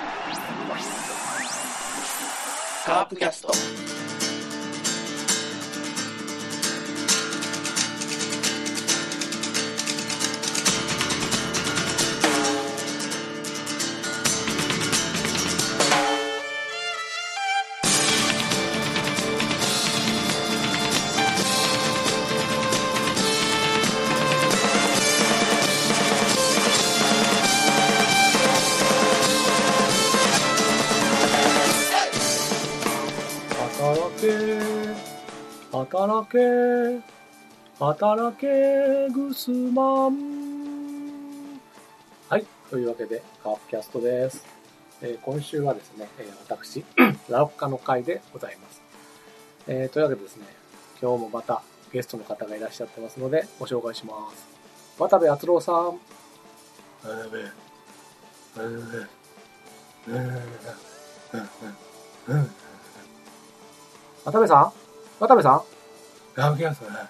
カープキャスト。 働けグスマン。はい、というわけでカープキャストです。今週はですね、私ラロッカの会でございます。というわけでですね、今日もまたゲストの方がいらっしゃってますのでご紹介します。渡部篤郎さん。渡部さん渡部さんラブキャストね。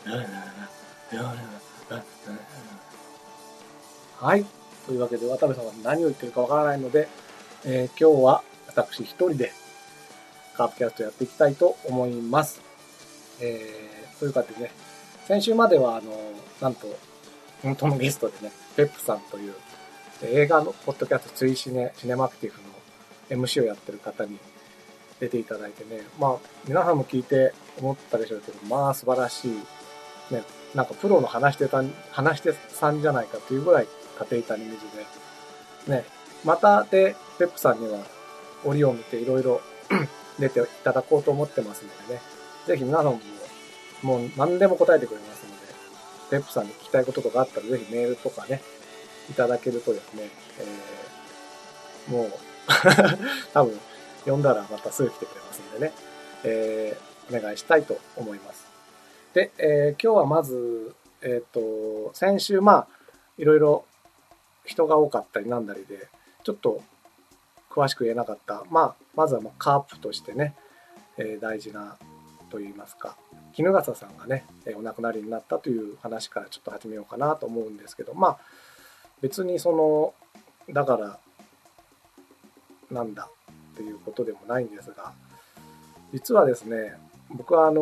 はい。というわけで、渡部さんは何を言ってるかわからないので、今日は私一人でカープキャストやっていきたいと思います。というかでね、先週まではなんと、本当のゲストでね、ペップさんという映画のポッドキャストツイシネマクティフの MC をやってる方に出ていただいてね、まあ、皆さんも聞いて思ったでしょうけど、まあ素晴らしい、ね、なんかプロの話し手さんじゃないかというぐらい縦板に水で、ね、またで、ペップさんには折を見ていろいろ出ていただこうと思ってますのでね、ぜひ皆さんもう何でも答えてくれますので、ペップさんに聞きたいこととかあったらぜひメールとかね、いただけるとですね、もう多分呼んだらまたすぐ来てくれますんでね、お願いしたいと思います。で、今日はまず、先週いろいろ人が多かったりなんだりでちょっと詳しく言えなかった、まずはカープとしてね、大事なと言いますか、衣笠さんがね、お亡くなりになったという話からちょっと始めようかなと思うんですけど、別にだからなんだっていうことでもないんですが、実はですね、僕は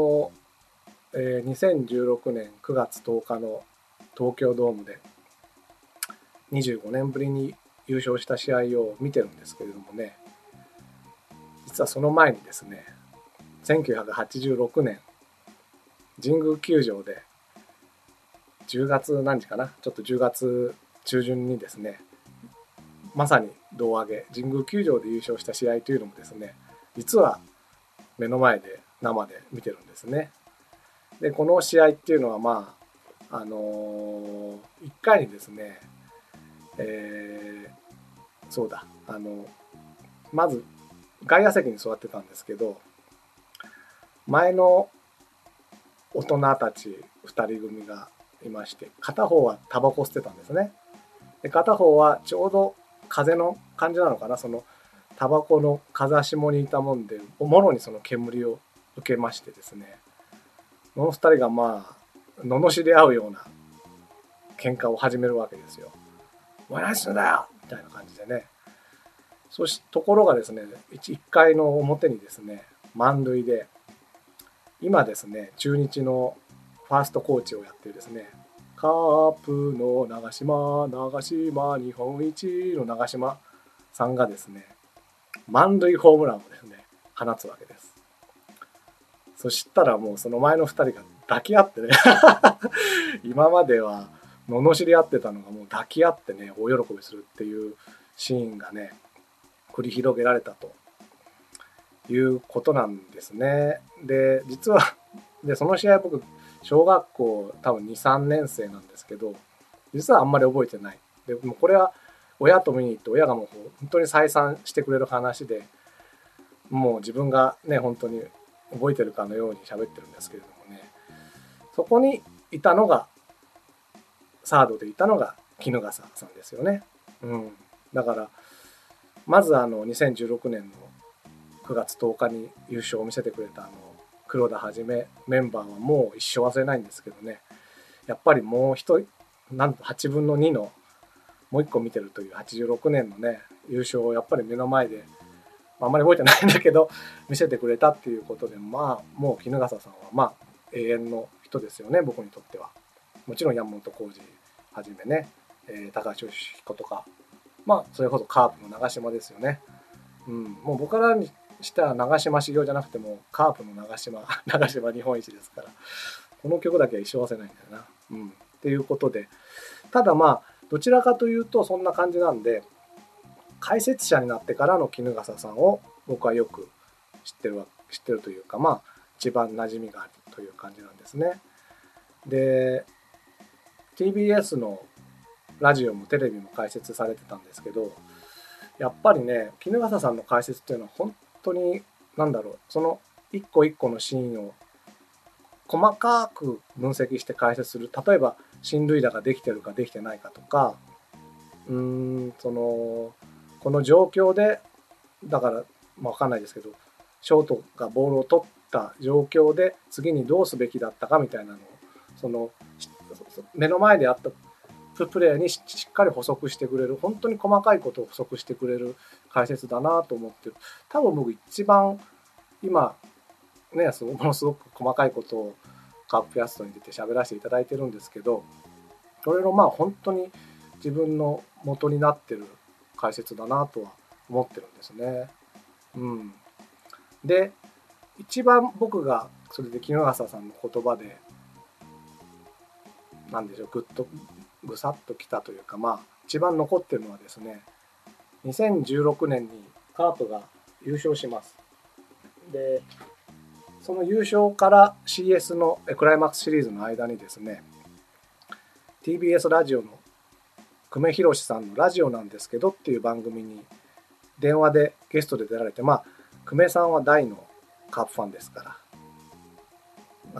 2016年9月10日の東京ドームで25年ぶりに優勝した試合を見てるんですけれどもね、実はその前にですね、1986年神宮球場で10月何日かな、ちょっと10月中旬にですね、まさに胴上げ神宮球場で優勝した試合というのもですね、実は目の前で生で見てるんですね。でこの試合っていうのは1回にですね、そうだまず外野席に座ってたんですけど、前の大人たち2人組がいまして、片方はタバコ吸ってたんですね。で片方はちょうど風の感じなのかな、そのタバコの風下にいたもんで、もろにその煙を受けましてですね、この2人が罵り合うような喧嘩を始めるわけですよ。お前何すんだよみたいな感じでね。ところがですね、1回の表にですね、満塁で、今ですね、中日のファーストコーチをやってるですね、カープの長島日本一の長島さんがですね、満塁ホームランをですね、放つわけです。そしたらもうその前の2人が抱き合ってね今までは罵り合ってたのがもう抱き合ってね、大喜びするっていうシーンがね、繰り広げられたということなんですね。で実はその試合僕小学校多分 2,3 年生なんですけど、実はあんまり覚えてない。でもうこれは親と見に行って、親がもう本当に再三してくれる話で、もう自分がね本当に覚えてるかのように喋ってるんですけれどもね、そこにいたのがサードでいたのが衣笠さんですよね。だからまず2016年の9月10日に優勝を見せてくれた黒田はじめメンバーはもう一生忘れないんですけどね、やっぱりもうなんと8分の2のもう一個見てるという86年のね優勝をやっぱり目の前であんまり覚えてないんだけど見せてくれたっていうことで、まあもう衣笠さんはまあ永遠の人ですよね、僕にとっては。もちろん山本浩二はじめね、高橋義彦とか、まあそれこそカープの長嶋ですよね。もう僕からにしたら長嶋茂雄じゃなくてもカープの長嶋日本一ですから、この曲だけは一生忘れないんだよな。っていうことで、ただまあどちらかというとそんな感じなんで、解説者になってからの衣笠さんを僕はよく知ってるというか、まあ一番馴染みがあるという感じなんですね。で TBS のラジオもテレビも解説されてたんですけど、やっぱりね衣笠さんの解説っていうのは本当にその一個一個のシーンを細かく分析して解説する。例えば進塁打ができてるかできてないかとか、この状況でだから、分かんないですけど、ショートがボールを取った状況で次にどうすべきだったかみたいなのをその目の前であったプレーにしっかり補足してくれる、本当に細かいことを補足してくれる解説だなと思ってる。多分僕一番今ねものすごく細かいことをカープキャストに出て喋らせていただいてるんですけど、それのまあ本当に自分の元になってる解説だなとは思ってるんですね。で一番僕がそれで衣笠さんの言葉でぐさっときたというか、まあ一番残ってるのはですね、2016年にカープが優勝します。でその優勝から CS のクライマックスシリーズの間にですね、 TBS ラジオの久米宏さんのラジオなんですけどっていう番組に電話でゲストで出られて、まあ久米さんは大のカープファンですから、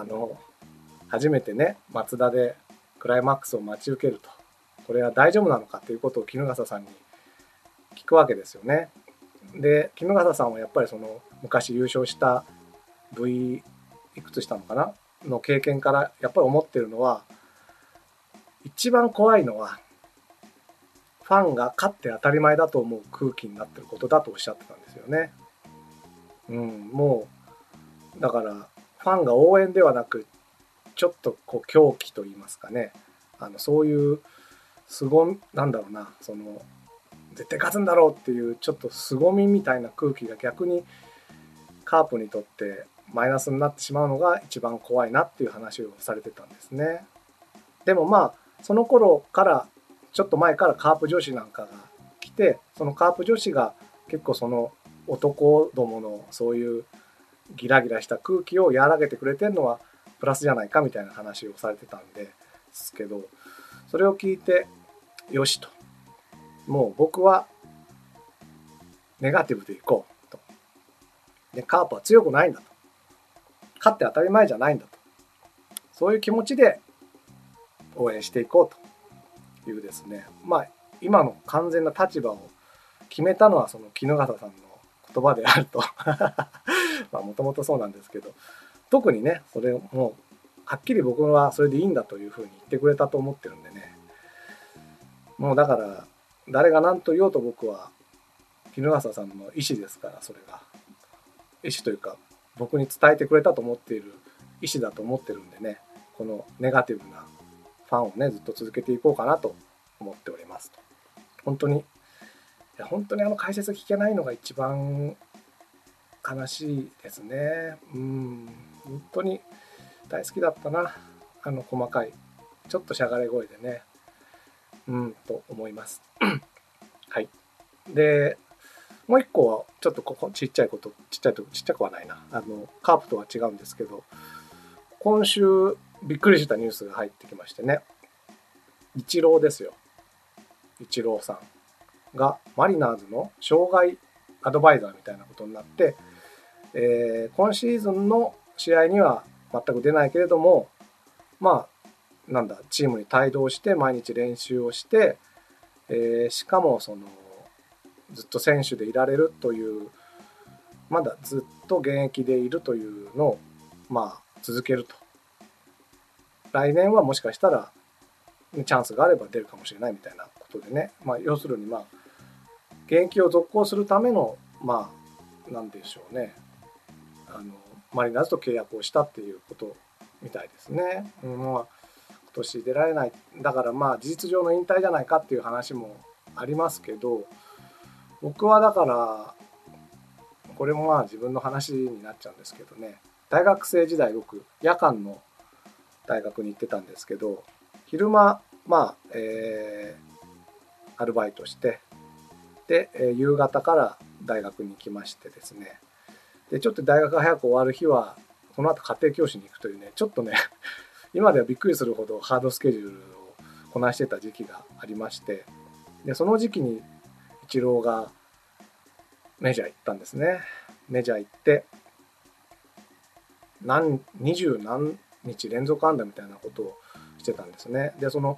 初めてねマツダでクライマックスを待ち受けると、これは大丈夫なのかということを衣笠さんに聞くわけですよね。で衣笠さんはやっぱりその昔優勝した V いくつしたのかなの経験からやっぱり思ってるのは、一番怖いのはファンが勝って当たり前だと思う空気になってることだとおっしゃってたんですよね。もうだからファンが応援ではなくちょっとこう狂気と言いますかね、そういうその絶対勝つんだろうっていうちょっと凄みみたいな空気が逆にカープにとってマイナスになってしまうのが一番怖いなっていう話をされてたんですね。でもまあその頃からちょっと前からカープ女子なんかが来て、そのカープ女子が結構その男どものそういうギラギラした空気を和らげてくれてるのはプラスじゃないかみたいな話をされてたんですけど、それを聞いてよしと、もう僕はネガティブでいこうと。でカープは強くないんだと、勝って当たり前じゃないんだと、そういう気持ちで応援していこうというですね、まあ今の完全な立場を決めたのはその衣笠さんの言葉であるともともとそうなんですけど、特にねそれをもうはっきり僕はそれでいいんだというふうに言ってくれたと思ってるんでね、もうだから誰が何と言おうと僕は衣笠さんの意思ですから、それが意思というか僕に伝えてくれたと思っている意思だと思ってるんでね、このネガティブなファンをねずっと続けていこうかなと思っておりますと。本当に解説聞けないのが一番悲しいですね。本当に大好きだったな、細かいちょっとしゃがれ声でね、と思いますはい。でもう一個はちょっとここちっちゃくはないな、カープとは違うんですけど、今週びっくりしたニュースが入ってきましてね、イチローですよ。イチローさんがマリナーズの障害アドバイザーみたいなことになって、今シーズンの試合には全く出ないけれども、チームに帯同して毎日練習をして、しかもずっと選手でいられるという、まだずっと現役でいるというのを続けると。来年はもしかしたらチャンスがあれば出るかもしれないみたいなこことでね、要するに現役を続行するためのなんでしょうね、マリナーズと契約をしたっていうことみたいですね。今年出られない、だから事実上の引退じゃないかっていう話もありますけど、僕はだからこれも自分の話になっちゃうんですけどね、大学生時代僕夜間の大学に行ってたんですけど、昼間アルバイトして、で夕方から大学に行きましてですね、でちょっと大学が早く終わる日はその後家庭教師に行くというね、ちょっとね今ではびっくりするほどハードスケジュールをこなしてた時期がありまして、でその時期にイチローがメジャー行ったんですね。メジャー行って20何日連続安打みたいなことをしてたんですね。でその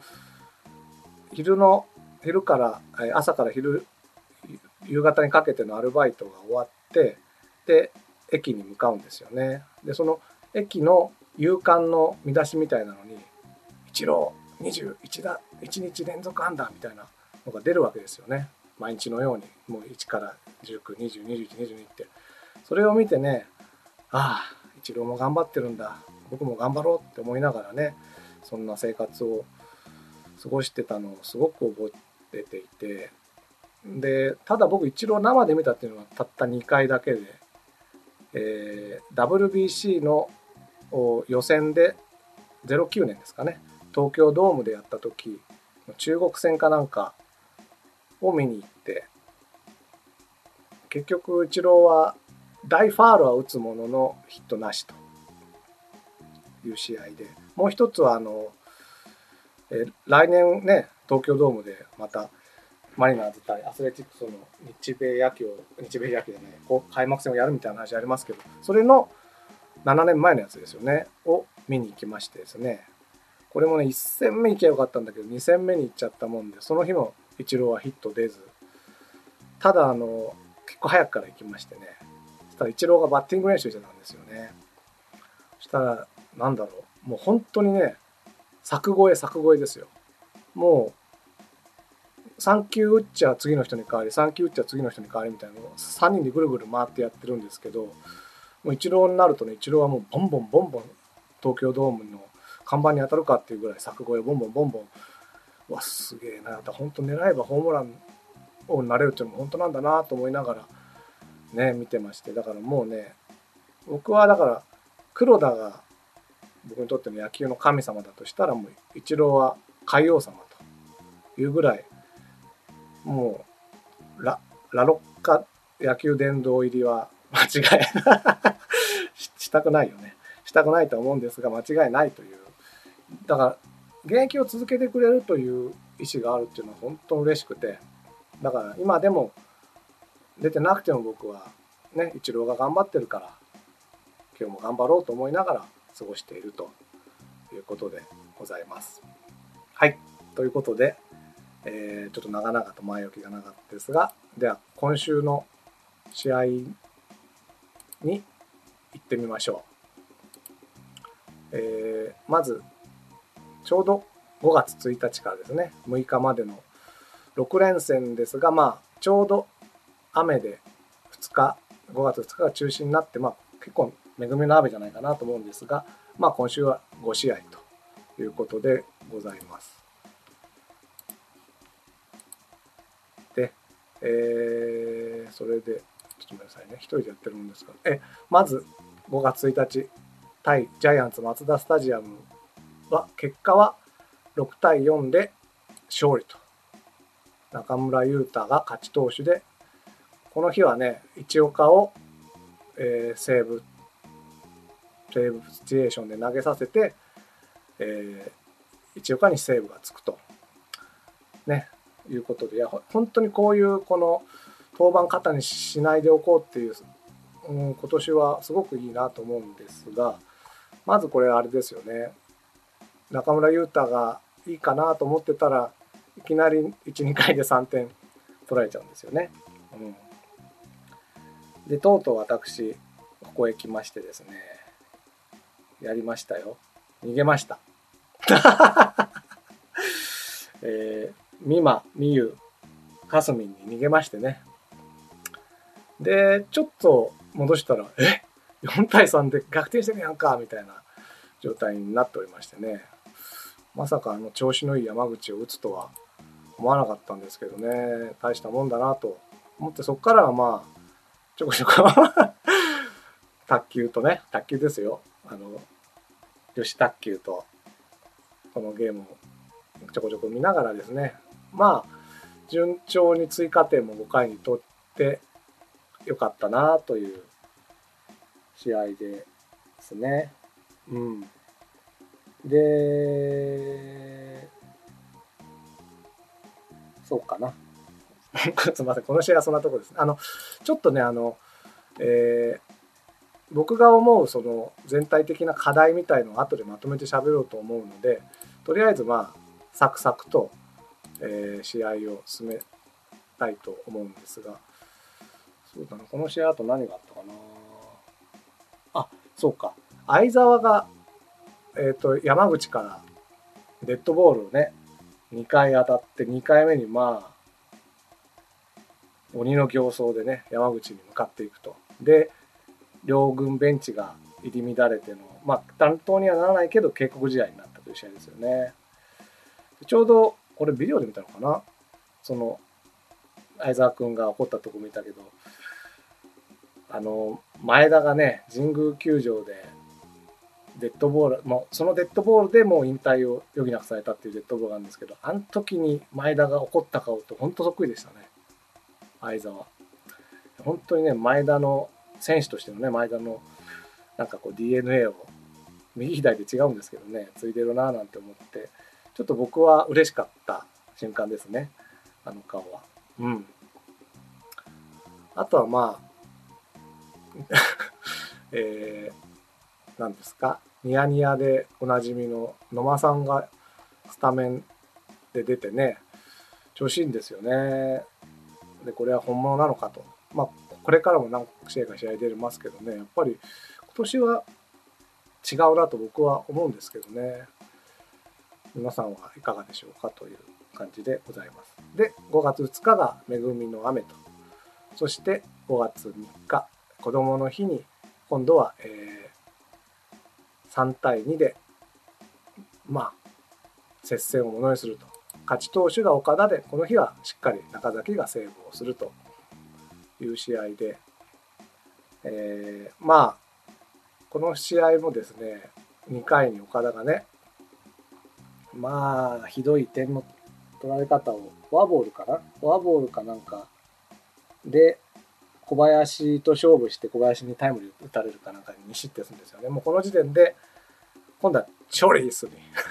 昼から朝から夕方にかけてのアルバイトが終わって、で駅に向かうんですよね。でその駅の夕刊の見出しみたいなのにイチロー1日連続安打みたいなのが出るわけですよね。毎日のようにもう1から19、20、21、22って、それを見てね、イチローも頑張ってるんだ、僕も頑張ろうって思いながらね、そんな生活を過ごしてたのをすごく覚えていて、でただ僕イチロー生で見たっていうのはたった2回だけで、WBC の予選で09年ですかね、東京ドームでやった時中国戦かなんかを見に行って、結局イチローは大ファールは打つもののヒットなしという試合で、もう一つは来年ね東京ドームでまたマリナーズ対アスレチックスの日米野球じゃない開幕戦をやるみたいな話ありますけど、それの7年前のやつですよねを見に行きましてですね、これもね1戦目行きゃよかったんだけど2戦目に行っちゃったもんで、その日のイチローはヒット出ず、ただ結構早くから行きましてね、そしたらイチローがバッティング練習してたんですよね。そしたらもう本当にね、柵越えですよ。もう3球打っちゃ次の人に変わり、3球打っちゃ次の人に変わりみたいなのを3人でぐるぐる回ってやってるんですけど、もうイチローになるとね、イチローはもうボンボン東京ドームの看板に当たるかっていうぐらい柵越えボンボン、すげえな、本当狙えばホームランをなれるっていうのも本当なんだなと思いながらね見てまして、だからもうね、僕はだから黒田が僕にとっての野球の神様だとしたら、もうイチローは海王様というぐらい、もうラロッカ野球殿堂入りは間違いしたくないよね、したくないと思うんですが間違いないという、だから現役を続けてくれるという意思があるっていうのは本当に嬉しくて、だから今でも出てなくても僕はね、イチローが頑張ってるから今日も頑張ろうと思いながら過ごしているということでございます。はい、ということで、ちょっと長々と前置きがなかったですが、では今週の試合に行ってみましょう。まずちょうど5月1日からですね6日までの6連戦ですが、ちょうど雨で5月2日が中止になって、結構恵みの雨じゃないかなと思うんですが、今週は5試合ということでございます。で、それでちょっとごめんなさいね、一人でやってるもんですからまず5月1日対ジャイアンツマツダスタジアムは結果は6対4で勝利と、中村悠太が勝ち投手で、この日はね市岡を、セーブシチュエーションで投げさせて、市岡にセーブがつくとねいうことで、本当にこういうこの登板過多にしないでおこうっていう、今年はすごくいいなと思うんですが、まずこれあれですよね、中村悠太がいいかなと思ってたらいきなり 1,2 回で3点取られちゃうんですよね。でとうとう私ここへ来ましてですね、やりましたよ、逃げました美馬、美優、かすみんに逃げましてね。で、ちょっと戻したら、4対3で逆転してるやんかみたいな状態になっておりましてね。まさか調子のいい山口を打つとは思わなかったんですけどね。大したもんだなと思って、そこからはまあ、ちょこちょこ卓球とね、卓球ですよ。女子卓球と、このゲームをちょこちょこ見ながらですね。まあ、順調に追加点も5回に取ってよかったなという試合ですね。うん。で、そうかな。すみません。この試合はそんなところです。ちょっとね、僕が思うその全体的な課題みたいのを後でまとめて喋ろうと思うので、とりあえずまあサクサクと、試合を進めたいと思うんですが、そうだな、この試合あと何があったかな。あ、そうか、相澤が、山口からデッドボールをね2回当たって、2回目にまあ鬼の形相でね山口に向かっていくと。で両軍ベンチが入り乱れての、まあ担当にはならないけど警告試合になったという試合ですよね。ちょうどこれビデオで見たのかな、その相澤君が怒ったとこ見たけど、前田がね神宮球場でデッドボール、もうそのデッドボールでもう引退を余儀なくされたっていうデッドボールがあるんですけど、あの時に前田が怒った顔と本当そっくりでしたね、相澤。本当にね、前田の選手としてのね、前田のなんかこう DNA を右左で違うんですけどね、ついてるななんて思って、ちょっと僕は嬉しかった瞬間ですね、あの顔は。うん。あとはまあ何ですか、ニヤニヤでおなじみの野間さんがスタメンで出てね、調子いいんですよね。でこれは本物なのかと、まあこれからも何試合か試合出れますけどね、やっぱり今年は違うなと僕は思うんですけどね。皆さんはいかがでしょうかという感じでございます。で5月2日が恵みの雨と、そして5月3日子どもの日に今度は、3対2でまあ接戦をものにすると。勝ち投手が岡田で、この日はしっかり中崎がセーブをするという試合で、まあこの試合もですね、2回に岡田がね、まあひどい点の取られ方を、フォアボールかなんかで小林と勝負して、小林にタイムリー打たれるかなんかに2失点するんですよね。もうこの時点で今度はチョリースに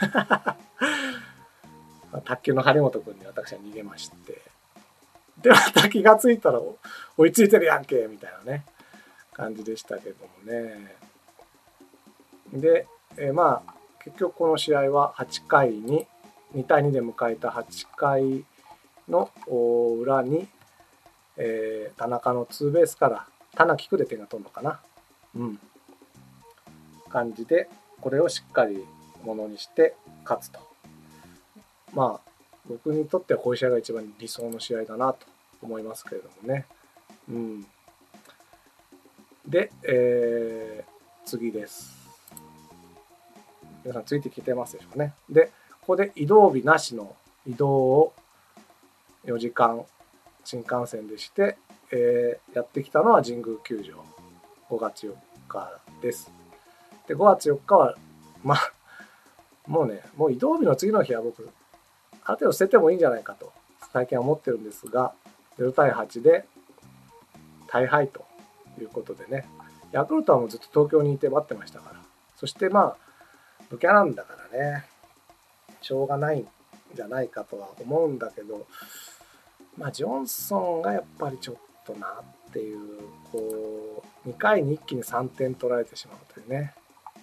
卓球の張本君に私は逃げまして、でまた気がついたら追いついてるやんけみたいなね感じでしたけどもね。で、まあ結局この試合は8回に2対2で迎えた8回の裏に、田中のツーベースから田中区で点が取るのかな、感じでこれをしっかりものにして勝つと。まあ僕にとってはこういう試合が一番理想の試合だなと思いますけれどもね。で、次です。皆さんついてきてますでしょうかね。でここで移動日なしの移動を4時間新幹線でして、やってきたのは神宮球場、5月4日です。で5月4日はまあもう移動日の次の日は僕ある程度捨ててもいいんじゃないかと最近は思ってるんですが、0対8で大敗ということでね、ヤクルトはもうずっと東京にいて待ってましたから、そしてまあドキャランだからねしょうがないんじゃないかとは思うんだけど、まあジョンソンがやっぱりちょっとなっていう、こう2回に一気に3点取られてしまうというね。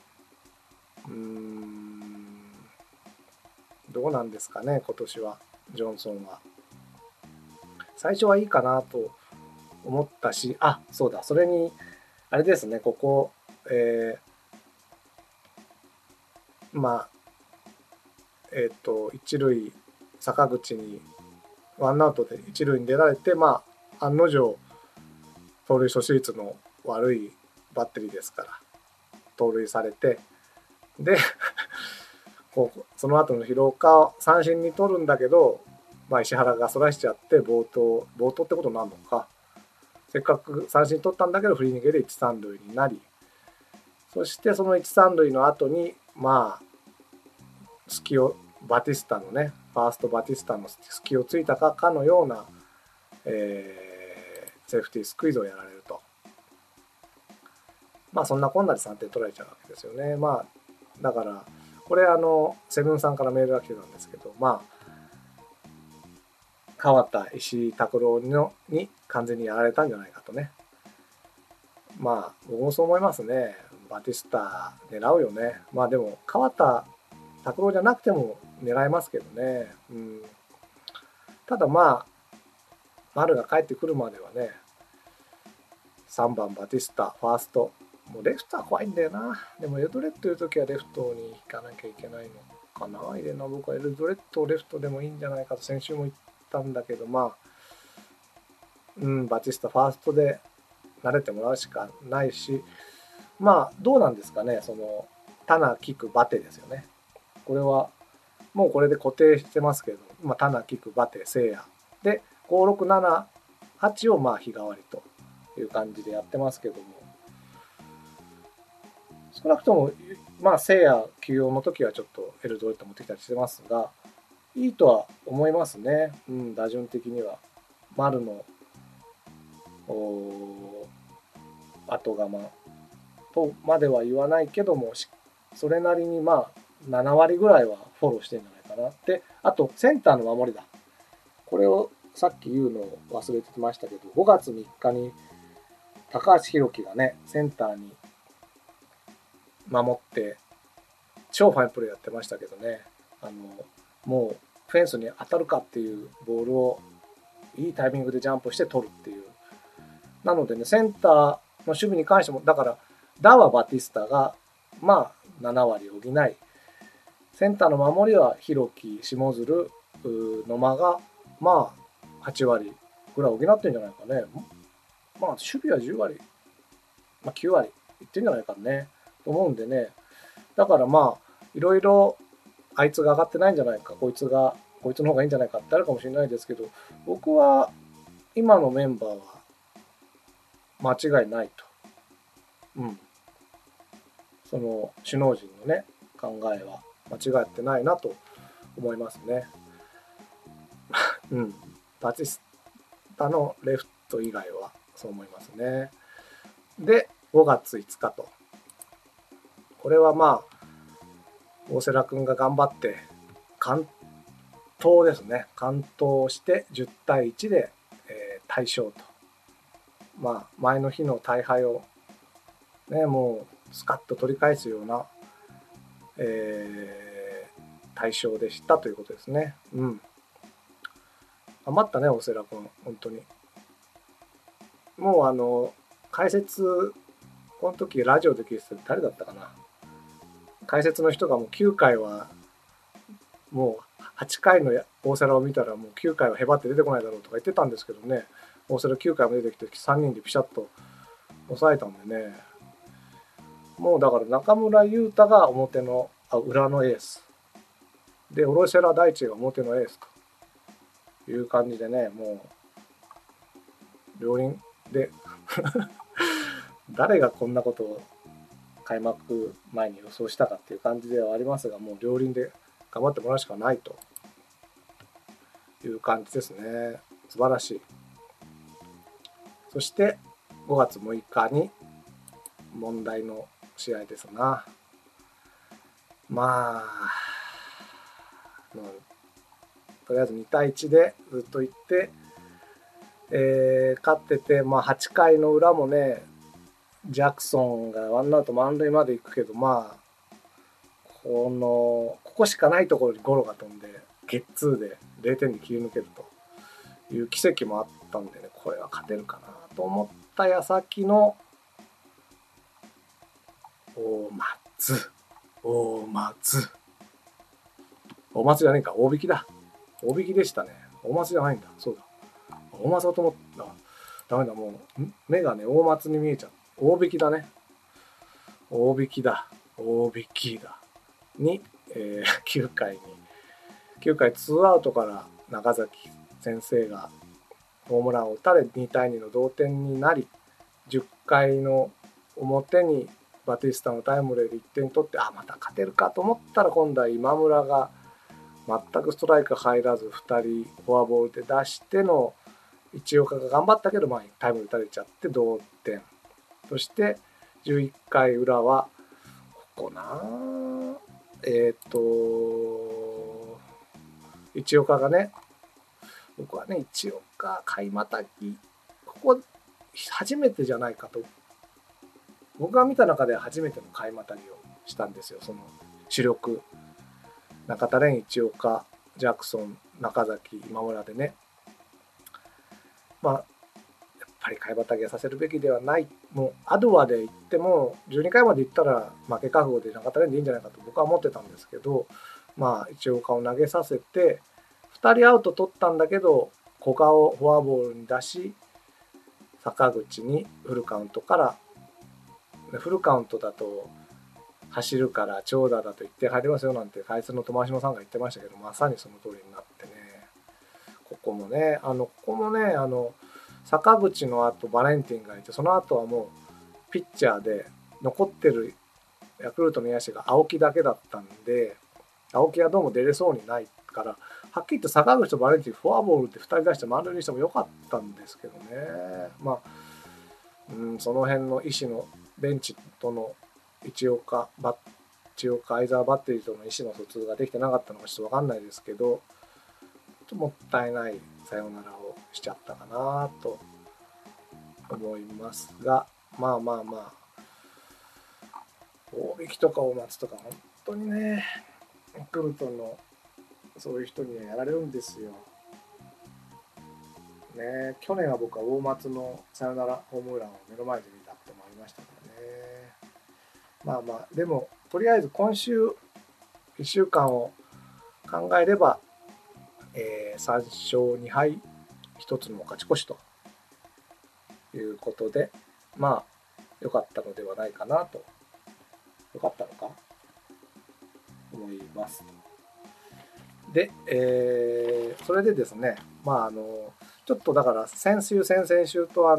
どうなんですかね今年はジョンソンは。最初はいいかなと思ったし、そうだ、それにあれですね、ここ、まあ一塁坂口にワンアウトで一塁に出られて、案の定盗塁阻止率の悪いバッテリーですから盗塁されて、でその後の廣岡を三振に取るんだけど、石原がそらしちゃって暴投ってことになるのか、せっかく三振取ったんだけど振り逃げで一三塁になり、そしてその一三塁の後に隙をバティスタのね、ファーストバティスタの隙をついたかのような、セーフティースクイズをやられると。そんなこんなで3点取られちゃうわけですよね。だからこれセブンさんからメールが来てたんですけど、川田石井拓郎に完全にやられたんじゃないかとね。僕もそう思いますね。バティスタ狙うよね。でも川田拓郎じゃなくても狙えますけどね。ただ丸が帰ってくるまではね、3番バティスタファースト、もうレフトは怖いんだよな。でもエドレッドいう時はレフトに行かなきゃいけないのかな。僕はエドレッドをレフトでもいいんじゃないかと先週も言ったんだけど、バティスタファーストで慣れてもらうしかないし、どうなんですかね、そのタナキクバテですよね。これはもうこれで固定してますけど、タナキクバテ聖夜で5678を日替わりという感じでやってますけども、少なくとも聖夜休養の時はちょっとエルドレッド持ってきたりしてますが、いいとは思いますね。打順的には丸の後釜とまでは言わないけども、それなりに7割ぐらいはフォローしてるんじゃないかな。で、あとセンターの守りだ。これをさっき言うのを忘れてましたけど、5月3日に高橋宏樹がね、センターに守って超ファインプレーやってましたけどね、もうフェンスに当たるかっていうボールをいいタイミングでジャンプして取るっていう。なのでね、センターの守備に関しても、だからダはバティスタが7割補い、センターの守りは弘樹、下鶴、野間が8割ぐらい補ってるんじゃないかね。守備は10割、9割いってるんじゃないかねと思うんでね。だからいろいろあいつが上がってないんじゃないか、こいつの方がいいんじゃないかってあるかもしれないですけど、僕は今のメンバーは間違いないと。その首脳陣のね、考えは間違ってないなと思いますね。バティスタのレフト以外はそう思いますね。で、5月5日と。これは大瀬良君が頑張って完投ですね。完投して10対1で、大勝と。前の日の大敗をね、もうスカッと取り返すような、大勝でしたということですね。頑張ったね、大瀬良君、本当に。もう解説、この時ラジオで聞いてた誰だったかな。解説の人がもう9回は、もう8回の大瀬良を見たらもう9回はへばって出てこないだろうとか言ってたんですけどね、大瀬良9回も出てきて3人でピシャッと抑えたんでね、もうだから中村優太が裏のエースで、オロシェラ大地が表のエースという感じでね、もう両輪で誰がこんなことを開幕前に予想したかっていう感じではありますが、もう両輪で頑張ってもらうしかないという感じですね。素晴らしい。そして5月6日に問題の試合ですな。とりあえず2対1でずっといって、勝ってて、8回の裏もね、ジャクソンがワンアウト満塁まで行くけど、ここしかないところにゴロが飛んでゲッツーで0点で切り抜けるという奇跡もあったんでね、これは勝てるかなと思った矢先の大松じゃねえか、大引きだ。大引きでしたね。 大松じゃないんだ。そうだ。大松だと思った。ダメだ、もう目がね大松に見えちゃう。大引きだね。大引きだに、9回2アウトから中崎先生がホームランを打たれ2対2の同点になり、10回の表にバティスタのタイムリーで1点取って、また勝てるかと思ったら、今度は今村が全くストライク入らず2人フォアボールで出しての、一岡が頑張ったけど、タイムリー打たれちゃって同点。そして11回裏はここな、一岡がね、僕はね、一岡買いまたぎ、ここ初めてじゃないかと、僕が見た中では初めての買いまたぎをしたんですよ。その主力中田蓮、一岡、ジャクソン、中崎、今村でね、やっぱり買いまたぎはさせるべきではない。もうアドアで行っても12回まで行ったら負け覚悟で中田蓮でいいんじゃないかと僕は思ってたんですけど、一岡を投げさせて2人アウト取ったんだけど、古賀をフォアボールに出し、坂口にフルカウントから、フルカウントだと走るから長打だと1点入りますよなんて解説の友島さんが言ってましたけど、まさにその通りになってね、ここもね坂口の後バレンティンがいて、その後はもうピッチャーで残ってるヤクルトの野手が青木だけだったんで、青木はどうも出れそうにないから、はっきり言って坂口とバレンティンフォアボールって2人出して満塁にしてもよかったんですけどね。その辺の意思のベンチとの一岡相澤バッテリーとの意思の疎通ができてなかったのかちょっと分かんないですけど、もったいないさよならをしちゃったかなと思いますが、大引とか大松とか本当にね、ヤクルトのそういう人にはやられるんですよ。ね、去年は僕は大松のサヨナラホームランを目の前で見たこともありましたからね。でもとりあえず今週1週間を考えれば、3勝2敗1つの勝ち越しということで、良かったのではないかなと、良かったのか思います。で、それでですね、ちょっとだから先々週と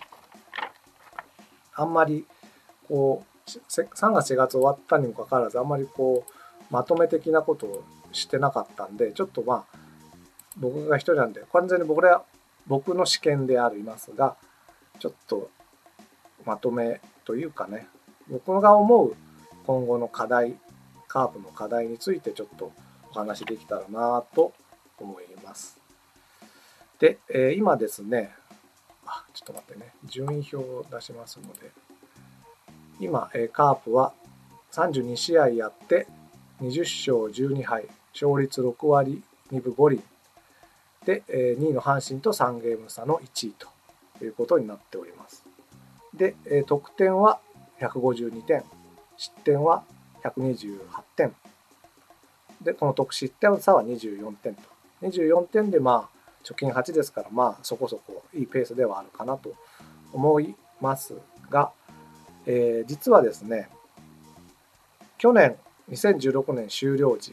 あんまりこう3月4月終わったにもかかわらずあんまりこうまとめ的なことをしてなかったんで、ちょっと僕が一人なんで完全に僕の試験でありますが、ちょっとまとめというかね、僕が思う今後の課題、カープの課題についてちょっとお話できたらなと思います。で、今ですね、ちょっと待ってね、順位表を出しますので、今、カープは32試合やって20勝12敗、勝率6割2分5厘で、2位の阪神と3ゲーム差の1位ということになっております。で、得点は152点、失点は128点で、この得失点差は24点と、24点で貯金8ですから、そこそこいいペースではあるかなと思いますが、実はですね、去年2016年終了時、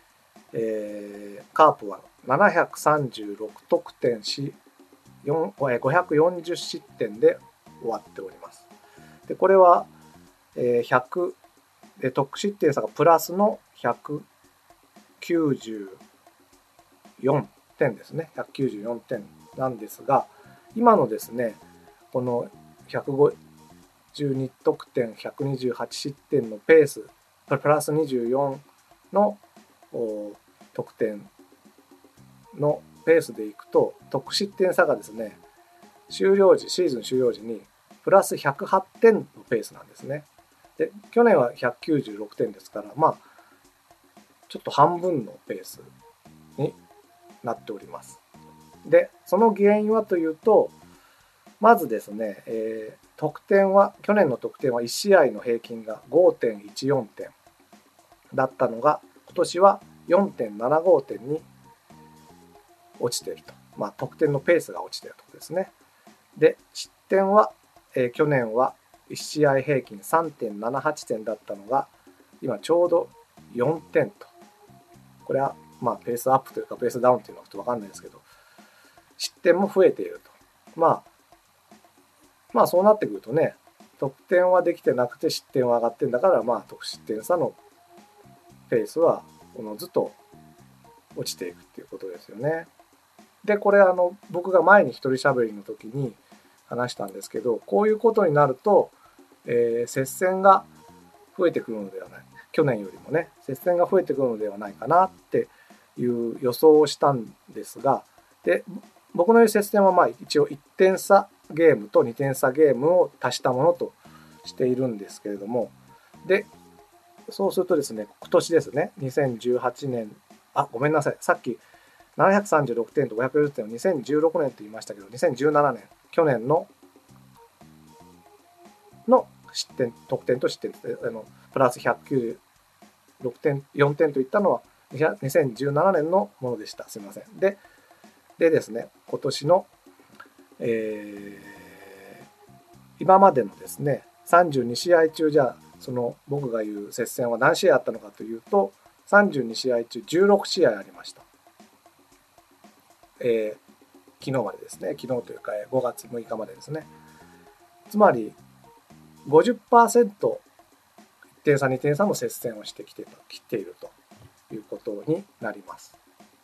カープは736得点し540失点で終わっております。でこれは100で得失点差がプラスの194点ですね。194点なんですが、今のですね、この152得点128失点のペースプラス24の得点のペースでいくと、得失点差がですね、シーズン終了時にプラス108点のペースなんですね。で去年は196点ですから、ちょっと半分のペースになっております。でその原因はというと、まずですね、去年の得点は1試合の平均が 5.14 点だったのが、今年は 4.75 点に落ちていると。得点のペースが落ちているということですね。で、失点は、去年は1試合平均 3.78 点だったのが、今ちょうど4点と。これは、ペースアップというか、ペースダウンというのはちょっとわかんないですけど、失点も増えていると。そうなってくるとね、得点はできてなくて失点は上がってんだから、得失点差のペースはおのずと落ちていくっていうことですよね。で、これ僕が前に一人喋りの時に話したんですけど、こういうことになると、接戦が増えてくるのではない。去年よりもね、接戦が増えてくるのではないかなっていう予想をしたんですが、で、僕の言う接戦は一応1点差ゲームと2点差ゲームを足したものとしているんですけれども、で、そうするとですね、今年ですね、2018年、ごめんなさい、さっき736点と540点を2016年と言いましたけど、2017年、去年の失点、得点と失点、プラス196点、4点といったのは2017年のものでした。すみません。でですね、今年の、今までのですね、32試合中、じゃあ、その僕が言う接戦は何試合あったのかというと、32試合中16試合ありました。昨日までですね、昨日というか5月6日までですね。つまり 50%1 点差2点差の接戦をしてきているということになります。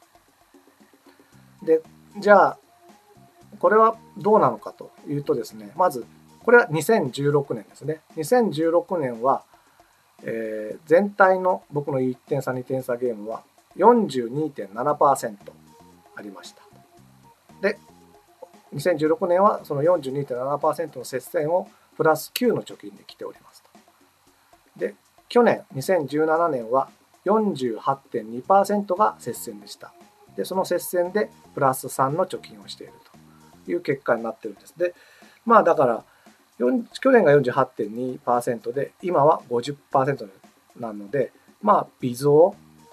で、じゃあこれはどうなのかというとですね、まずこれは2016年ですね。2016年は、全体の僕の1点差2点差ゲームは 42.7% ありました。で、2016年はその 42.7% の接戦をプラス9の貯金で来ておりますと。で、去年2017年は 48.2% が接戦でした。で、その接戦でプラス3の貯金をしているという結果になっているんです。で、だから去年が 48.2% で今は 50% なので、微増。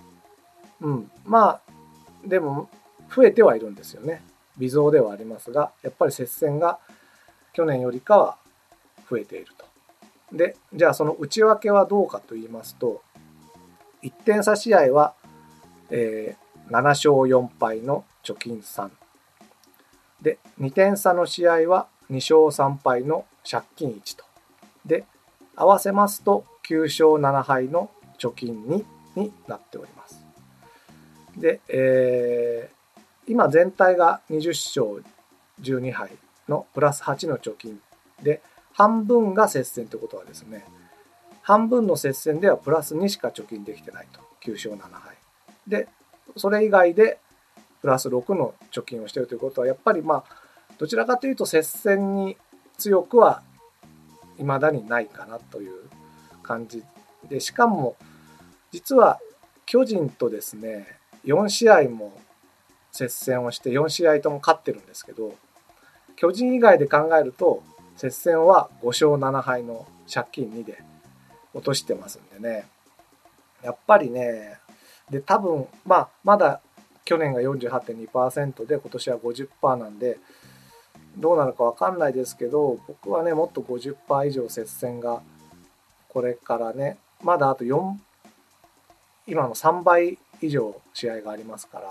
でも増えてはいるんですよね。微増ではありますが、やっぱり接戦が去年よりかは増えていると。で、じゃあその内訳はどうかと言いますと、1点差試合は、7勝4敗の貯金3。で、2点差の試合は2勝3敗の借金1と。で、合わせますと9勝7敗の貯金2になっております。で、今全体が20勝12敗のプラス8の貯金で、半分が接戦ということはですね、半分の接戦ではプラス2しか貯金できてないと。9勝7敗。で、それ以外でプラス6の貯金をしているということは、やっぱりどちらかというと接戦に強くは未だにないかなという感じで、しかも実は巨人とですね、4試合も接戦をして4試合とも勝ってるんですけど、巨人以外で考えると接戦は5勝7敗の借金2で落としてますんでね、やっぱりね、で多分まだ去年が 48.2% で今年は 50% なんでどうなるか分かんないですけど、僕はねもっと 50% 以上接戦がこれからね、まだあと今の3倍以上試合がありますから、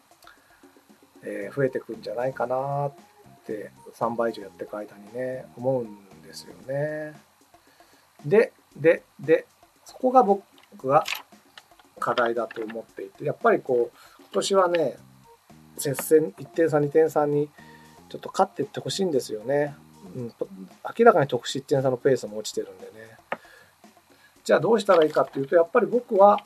増えてくんじゃないかなって3倍以上やっていく間にね思うんですよね。でそこが僕が課題だと思っていて、やっぱり今年はね接戦1点差2点差にちょっと勝っていってほしいんですよね。明らかに得失点差のペースも落ちてるんでね。じゃあどうしたらいいかっていうと、やっぱり僕は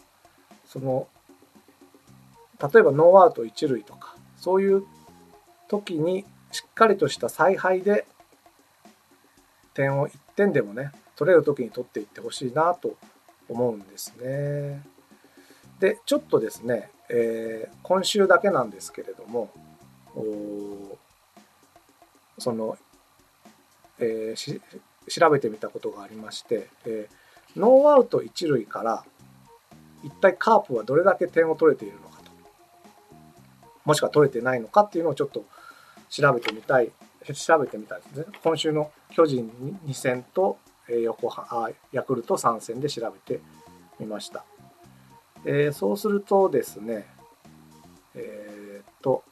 例えばノーアウト一塁とかそういう時にしっかりとした采配で点を1点でもね取れる時に取っていってほしいなと思うんですね。でちょっとですね、今週だけなんですけれども、調べてみたことがありまして、ノーアウト一塁から一体カープはどれだけ点を取れているのかもしくは取れてないのかっていうのをちょっと調べてみたいですね。今週の巨人2戦とヤクルト3戦で調べてみました。そうするとですね、ど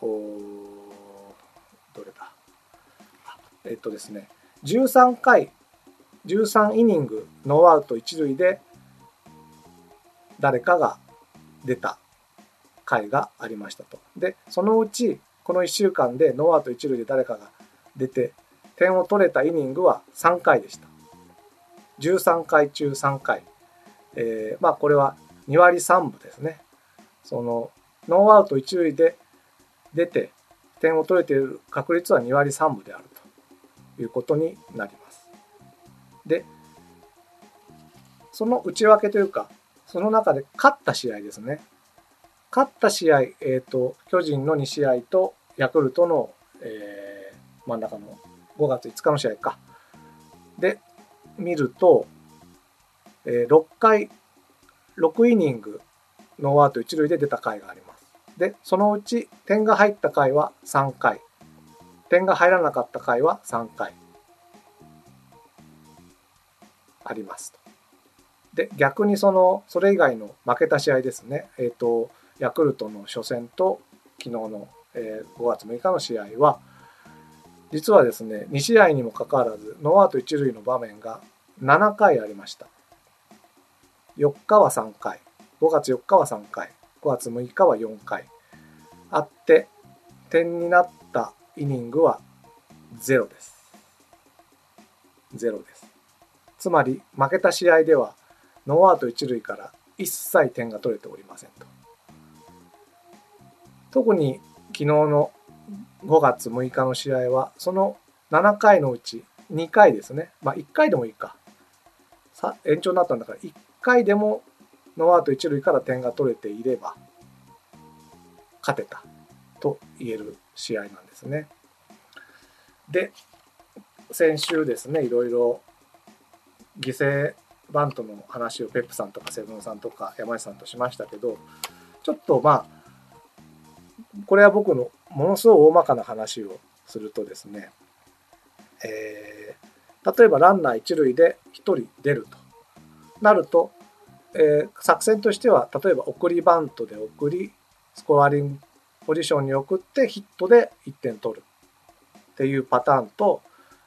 れだですね、13イニングノーアウト1塁で誰かが出た回がありましたと。で、そのうちこの1週間でノーアウト1塁で誰かが出て点を取れたイニングは3回でした。13回中3回。これは2割3分ですね。そのノーアウト1塁で出て点を取れている確率は2割3分であるということになります。で、その内訳というか、その中で勝った試合ですね。勝った試合、巨人の2試合とヤクルトの、真ん中の5月5日の試合か。で、見ると、6イニングノーアウト1塁で出た回があります。で、そのうち点が入った回は3回。点が入らなかった回は3回ありますと。で、逆にそれ以外の負けた試合ですね。ヤクルトの初戦と昨日の、5月6日の試合は、実はですね、2試合にもかかわらず、ノーアウト1塁の場面が7回ありました。4日は3回、5月4日は3回、5月6日は4回あって、点になったイニングは0です。0です。つまり、負けた試合では、ノーアウト1塁から一切点が取れておりませんと。特に昨日の5月6日の試合は、その7回のうち2回ですね。1回でもいいか。延長になったんだから、1回でもノーアウト1塁から点が取れていれば、勝てたと言える試合なんですね。で、先週ですね、いろいろ犠牲バントの話をペップさんとかセブンさんとか山内さんとしましたけど、ちょっとこれは僕のものすごい大まかな話をするとですね、例えばランナー1塁で1人出るとなると、作戦としては例えば送りバントで送り、スコアリングポジションに送ってヒットで1点取るっていうパターンと、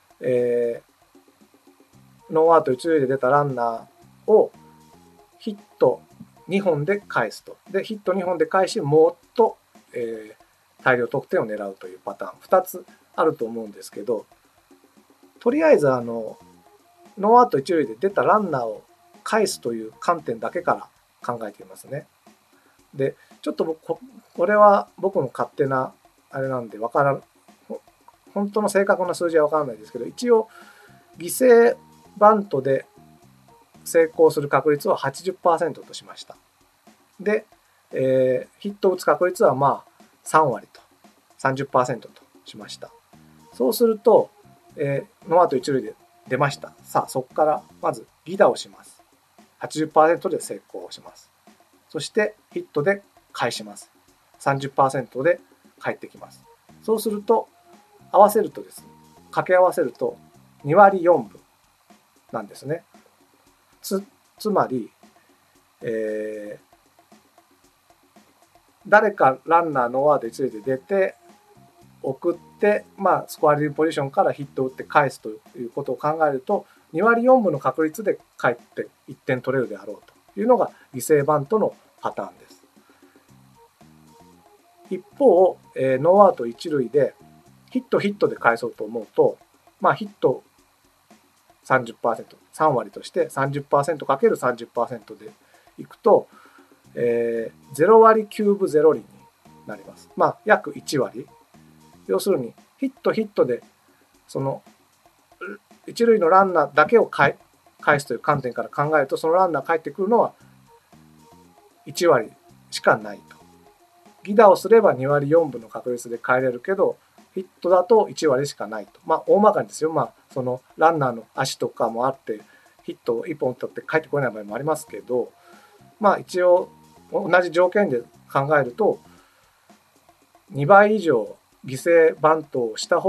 ノーアウト1塁で出たランナーをヒット2本で返すと。で、ヒット2本で返し、もっと、大量得点を狙うというパターン。2つあると思うんですけど、とりあえずノーアウト1塁で出たランナーを返すという観点だけから考えていますね。で、ちょっとこれは僕の勝手なあれなんで本当の正確な数字は分からないですけど、一応犠牲バントで成功する確率は 80% としました。で、ヒットを打つ確率は3割と 30% としました。そうすると、ノーアウト1塁で出ました。さあ、そこからまず犠打をします。80% で成功します。そしてヒットで返します。30% で返ってきます。そうすると、合わせるとですね、掛け合わせると2割4分なんですね。つまり、誰かランナーノーアウト1塁で出て送って、スコアリングポジションからヒットを打って返すということを考えると、2割4分の確率で返って1点取れるであろうというのが犠牲バントのパターンです。一方、ノーアウト1塁でヒットで返そうと思うと、ヒット 30%、3割として 30%×30% でいくと、0割9分0厘になります。約1割。要するにヒットでその一塁のランナーだけを返すという観点から考えると、そのランナー帰ってくるのは1割しかないと。犠打をすれば2割4分の確率で返れるけど、ヒットだと1割しかないと。大まかにですよ。そのランナーの足とかもあってヒットを1本打って帰ってこれない場合もありますけど、一応同じ条件で考えると 2倍以上犠牲バントをした方